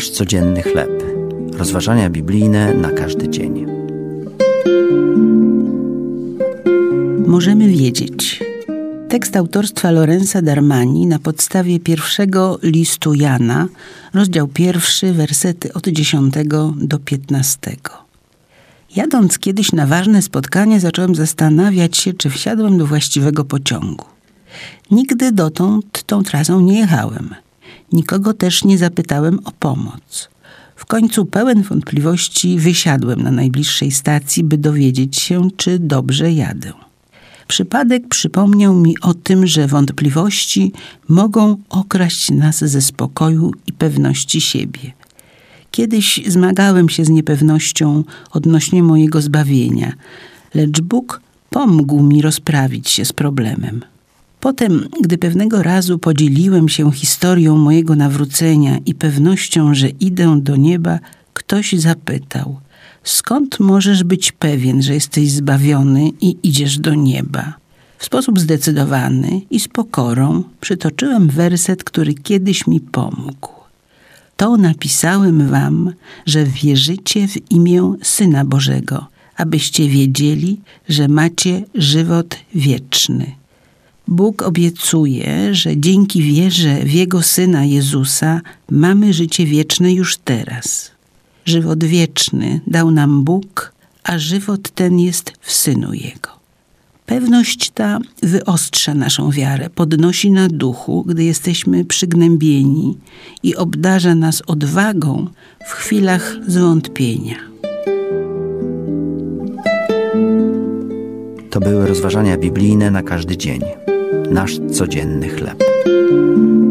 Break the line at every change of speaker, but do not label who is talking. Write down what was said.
Nasz codzienny chleb. Rozważania biblijne na każdy dzień.
Możemy wiedzieć. Tekst autorstwa Lorenza d'Armani na podstawie pierwszego listu Jana, rozdział 1, wersety od 10 do 15. Jadąc kiedyś na ważne spotkanie, zacząłem zastanawiać się, czy wsiadłem do właściwego pociągu. Nigdy dotąd tą trasą nie jechałem. Nikogo też nie zapytałem o pomoc. W końcu pełen wątpliwości wysiadłem na najbliższej stacji, by dowiedzieć się, czy dobrze jadę. Przypadek przypomniał mi o tym, że wątpliwości mogą okraść nas ze spokoju i pewności siebie. Kiedyś zmagałem się z niepewnością odnośnie mojego zbawienia, lecz Bóg pomógł mi rozprawić się z problemem. Potem, gdy pewnego razu podzieliłem się historią mojego nawrócenia i pewnością, że idę do nieba, ktoś zapytał: skąd możesz być pewien, że jesteś zbawiony i idziesz do nieba? W sposób zdecydowany i z pokorą przytoczyłem werset, który kiedyś mi pomógł. To napisałem wam, że wierzycie w imię Syna Bożego, abyście wiedzieli, że macie żywot wieczny. Bóg obiecuje, że dzięki wierze w Jego Syna Jezusa mamy życie wieczne już teraz. Żywot wieczny dał nam Bóg, a żywot ten jest w Synu Jego. Pewność ta wyostrza naszą wiarę, podnosi na duchu, gdy jesteśmy przygnębieni i obdarza nas odwagą w chwilach zwątpienia.
To były rozważania biblijne na każdy dzień. Nasz codzienny chleb.